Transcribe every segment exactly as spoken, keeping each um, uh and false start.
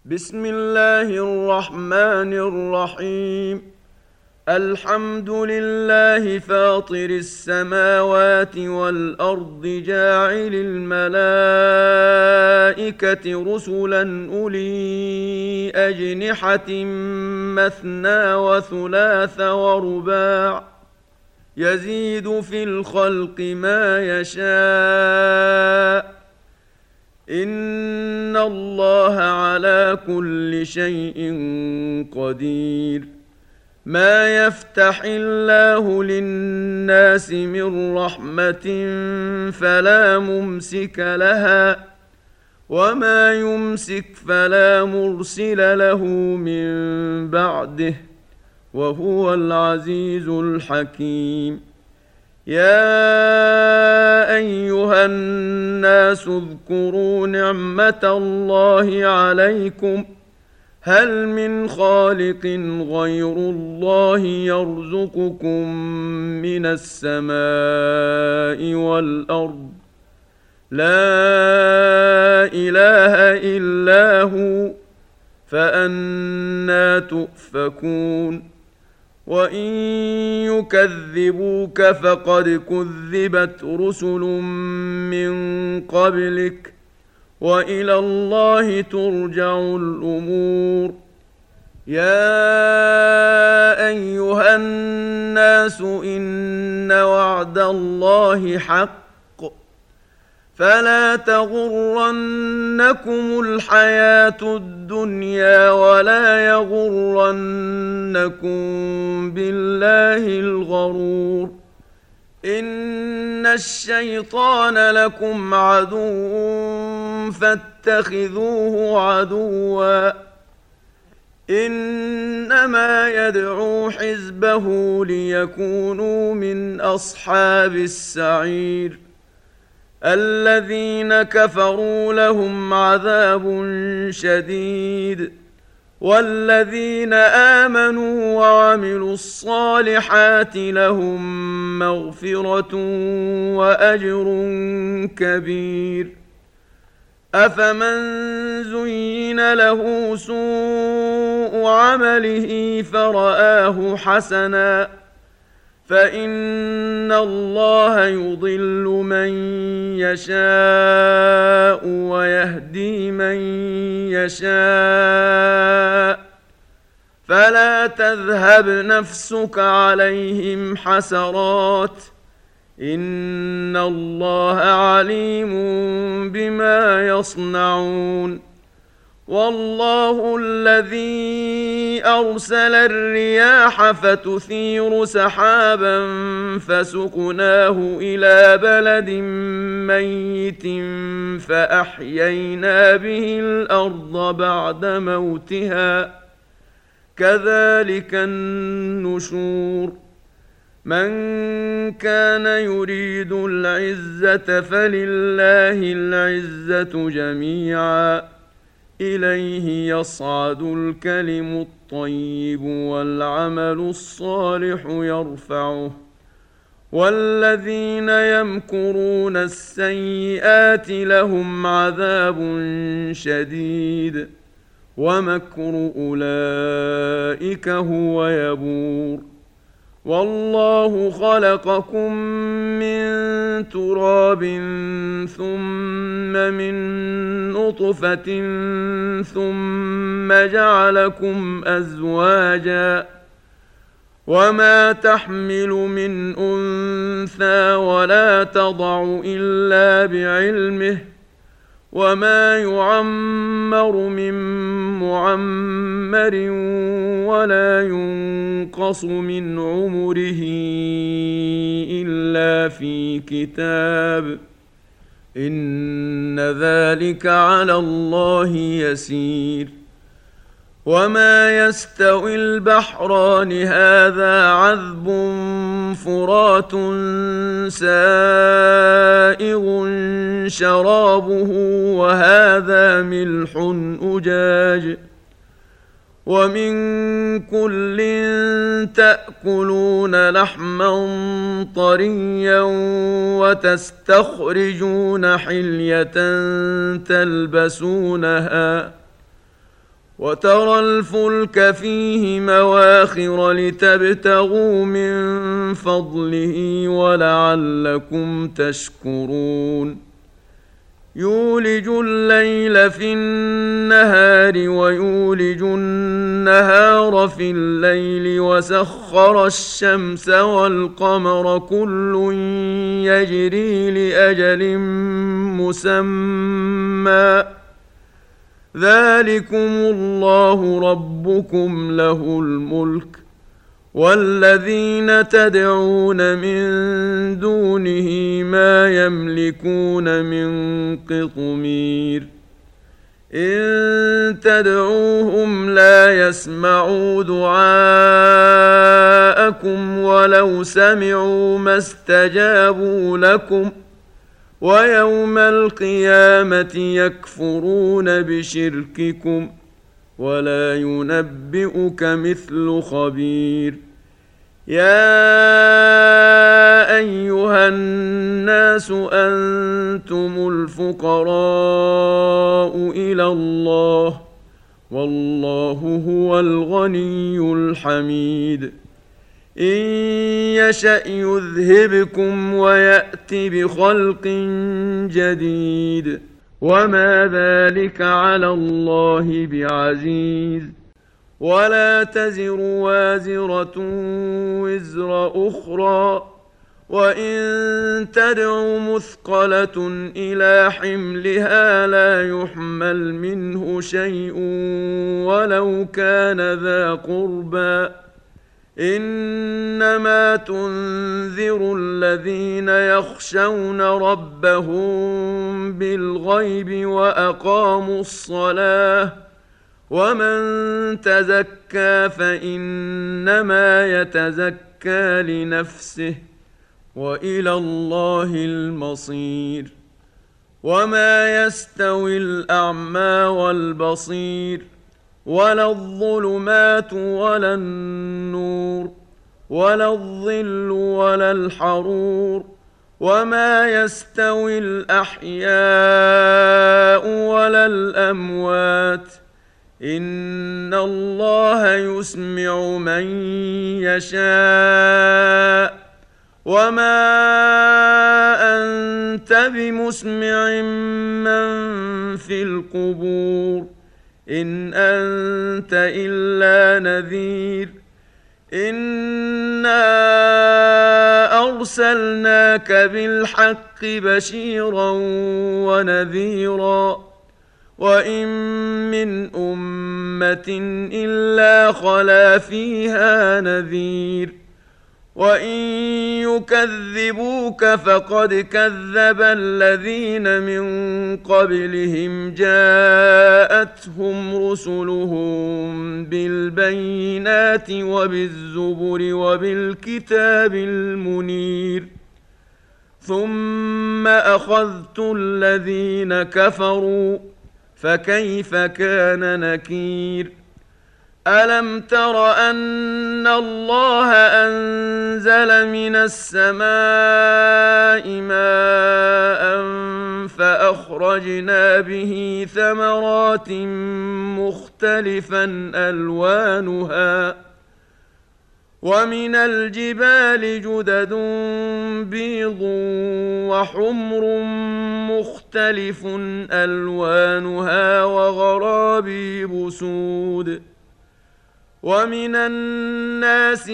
بسم الله الرحمن الرحيم. الحمد لله فاطر السماوات والأرض جاعل الملائكة رسلا أولي أجنحة مثنى وثلاث ورباع يزيد في الخلق ما يشاء إن الله على كل شيء قدير. ما يفتح الله للناس من رحمة فلا ممسك لها وما يمسك فلا مرسل له من بعده وهو العزيز الحكيم. يا أيها الناس اذكروا نعمة الله عليكم هل من خالق غير الله يرزقكم من السماء والأرض لا إله إلا هو فأنى تؤفكون. وإن يكذبوك فقد كذبت رسل من قبلك وإلى الله ترجع الأمور. يا أيها الناس إن وعد الله حق فلا تغرنكم الحياة الدنيا ولا يغرنكم بالله الغرور. إن الشيطان لكم عدو فاتخذوه عدوا إنما يدعو حزبه ليكونوا من أصحاب السعير. الذين كفروا لهم عذاب شديد والذين آمنوا وعملوا الصالحات لهم مغفرة وأجر كبير. أفمن زين له سوء عمله فرآه حسنا فإن الله يضل من يشاء ويهدي من يشاء فلا تذهب نفسك عليهم حسرات إن الله عليم بما يصنعون. والله الذي أرسل الرياح فتثير سحابا فسقناه إلى بلد ميت فأحيينا به الأرض بعد موتها كذلك النشور. من كان يريد العزة فلله العزة جميعا إليه يصعد الكلم الطيب والعمل الصالح يرفعه والذين يمكرون السيئات لهم عذاب شديد ومكر أولئك هو يبور. والله خلقكم من تراب ثم من نطفة ثم جعلكم أزواجا وما تحمل من أنثى ولا تضع إلا بعلمه وما يعمر من معمر ولا ينقص من عمره إلا في كتاب إن ذلك على الله يسير. وما يستوي البحران هذا عذب فرات سائغ شرابه وهذا ملح أجاج ومن كل تأكلون لحما طريا وتستخرجون حلية تلبسونها وترى الفلك فيه مواخر لتبتغوا من فضله ولعلكم تشكرون يولج الليل في النهار ويولج النهار في الليل وسخر الشمس والقمر كل يجري لأجل مسمى ذلكم الله ربكم له الملك والذين تدعون من دونه ما يملكون من قطمير إن تدعوهم لا يسمعوا دعاءكم ولو سمعوا ما استجابوا لكم ويوم القيامة يكفرون بشرككم ولا ينبئك مثل خبير يا أيها الناس أنتم الفقراء إلى الله والله هو الغني الحميد إن يشأ يذهبكم ويأت بخلق جديد وما ذلك على الله بعزيز ولا تزر وازرة وزر أخرى وإن تدع مثقلة إلى حملها لا يحمل منه شيء ولو كان ذا قربى إنما تنذر الذين يخشون ربهم بالغيب وأقاموا الصلاة ومن تزكى فإنما يتزكى لنفسه وإلى الله المصير وما يستوي الأعمى والبصير ولا الظلمات ولا النور ولا الظل ولا الحرور وما يستوي الأحياء ولا الأموات إن الله يسمع من يشاء وما أنت بمسمع من في القبور إن أنت إلا نذير إنا أرسلناك بالحق بشيرا ونذيرا وإن من أمة إلا خلا فيها نذير وإن يكذبوك فقد كذب الذين من قبلهم جاءتهم رسلهم بالبينات وبالزبر وبالكتاب المنير ثم أخذت الذين كفروا فكيف كان نكير ألم تر أن الله أنزل من السماء ماء فأخرجنا به ثمرات مختلفا ألوانها ومن الجبال جدد بيض وحمر مختلف ألوانها وغرابيب سود ومن الناس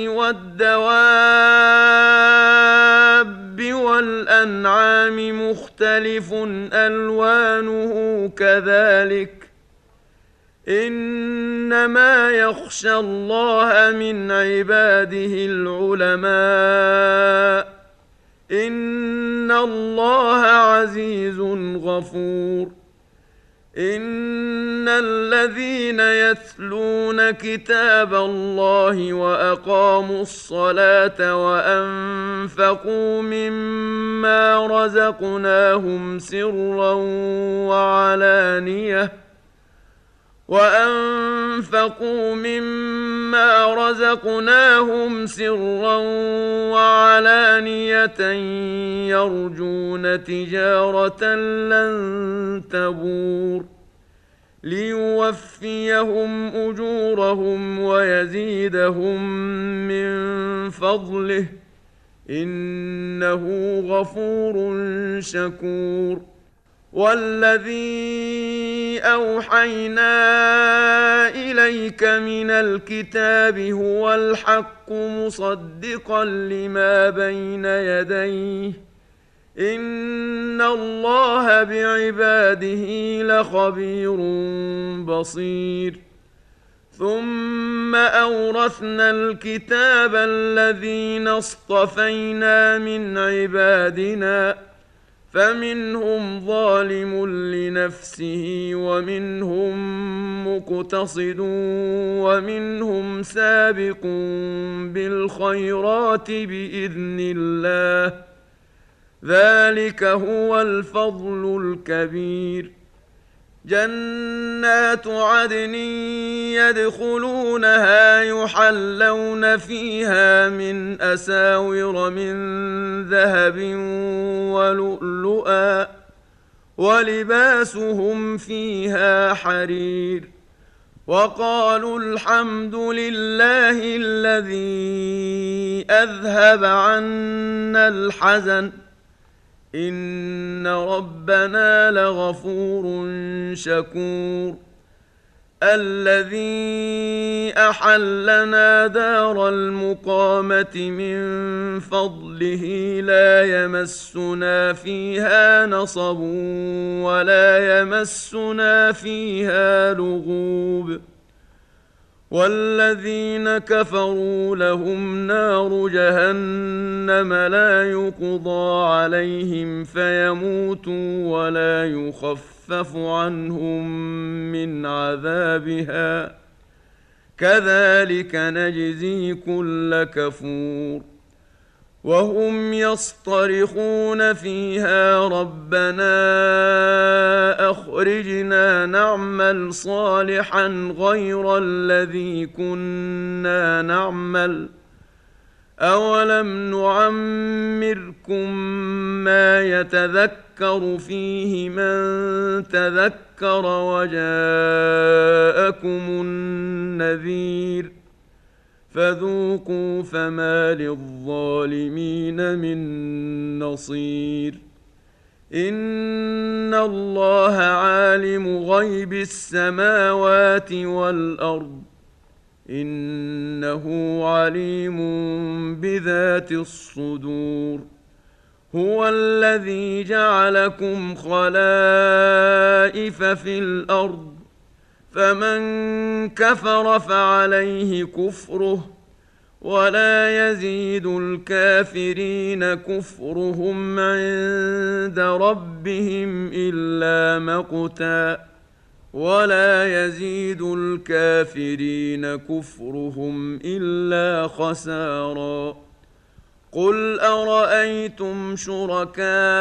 والدواب والأنعام مختلف ألوانه كذلك إنما يخشى الله من عباده العلماء إن الله عزيز غفور إن الذين يتلون كتاب الله وأقاموا الصلاة وأنفقوا مما رزقناهم سرا وعلانية وأنفقوا مما رزقناهم سرا وعلانية يرجون تجارة لن تبور ليوفيهم أجورهم ويزيدهم من فضله إنه غفور شكور. والذي أوحينا إليك من الكتاب هو الحق مصدقا لما بين يديه إن الله بعباده لخبير بصير. ثم أورثنا الكتاب الذين اصطفينا من عبادنا فمنهم ظالم لنفسه ومنهم مقتصد ومنهم سابق بالخيرات بإذن الله ذلك هو الفضل الكبير. جنات عدن يدخلونها يحلون فيها من أساور من ذهب ولؤلؤا ولباسهم فيها حرير. وقالوا الحمد لله الذي أذهب عنا الحزن إن ربنا لغفور شكور. الذي أحلنا دار المقامة من فضله لا يمسنا فيها نصب ولا يمسنا فيها لغوب. والذين كفروا لهم نار جهنم لا يقضى عليهم فيموتوا ولا يخفف عنهم من عذابها كذلك نجزي كل كفور. وهم يصطرخون فيها ربنا أخرجنا نعمل صالحا غير الذي كنا نعمل أولم نعمركم ما يتذكر فيه من تذكر وجاءكم النذير فذوقوا فما للظالمين من نصير. إن الله عالم غيب السماوات والأرض إنه عليم بذات الصدور. هو الذي جعلكم خلائف في الأرض فمن كفر فعليه كفره ولا يزيد الكافرين كفرهم عند ربهم إلا مقتا ولا يزيد الكافرين كفرهم إلا خسارا. قل أرأيتم شركاءكم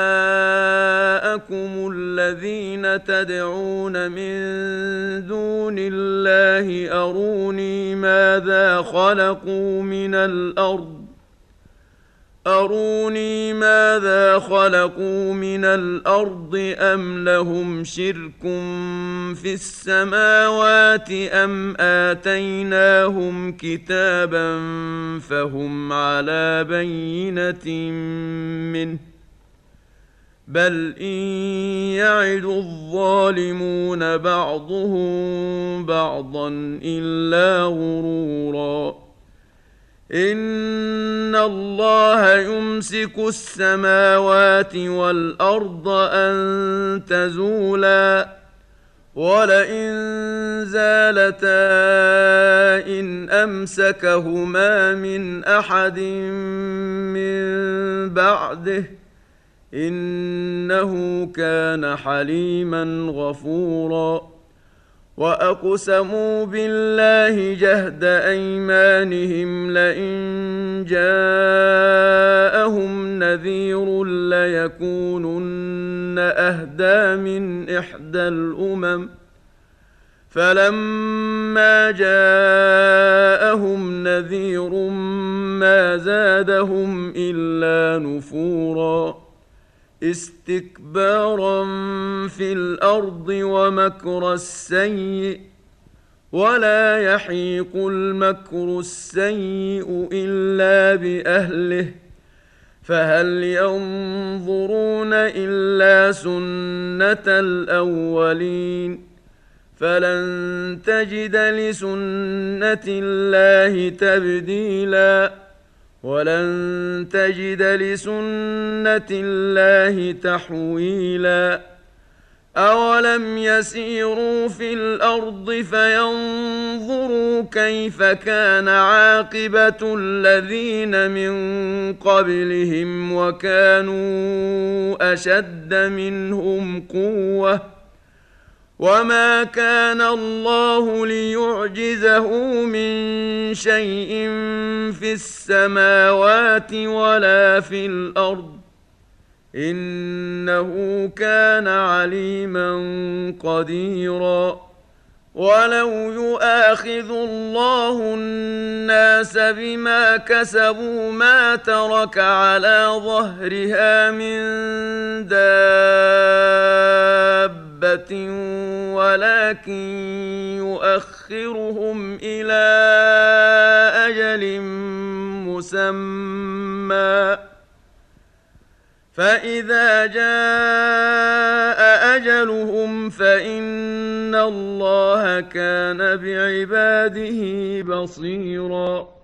الذين تدعون من دون الله أروني ماذا خلقوا من الأرض أروني ماذا خلقوا من الأرض أم لهم شرك في السماوات أم آتيناهم كتابا فهم على بينة منه بل إن يعد الظالمون بعضهم بعضا إلا غرورا. إن الله يمسك السماوات والأرض أن تزولا ولئن زالتا إن أمسكهما من أحد من بعده إنه كان حليما غفورا. وأقسموا بالله جهد أيمانهم لئن جاءهم نذير ليكونن أهدى من إحدى الأمم فلما جاءهم نذير ما زادهم إلا نفورا. استكبارا في الأرض ومكر السيئ ولا يحيق المكر السيئ إلا بأهله فهل ينظرون إلا سنة الأولين فلن تجد لسنة الله تبديلا ولن تجد لسنة الله تحويلا أولم يسيروا في الأرض فينظروا كيف كان عاقبة الذين من قبلهم وكانوا أشد منهم قوة وما كان الله ليعجزه من شيء في السماوات ولا في الأرض إنه كان عليما قديرا ولو يؤاخذ الله الناس بما كسبوا ما ترك على ظهرها من دابة ولكن يؤخرهم إلى أجل مسمى فإذا جاء أجلهم فإن الله كان بعباده بصيراً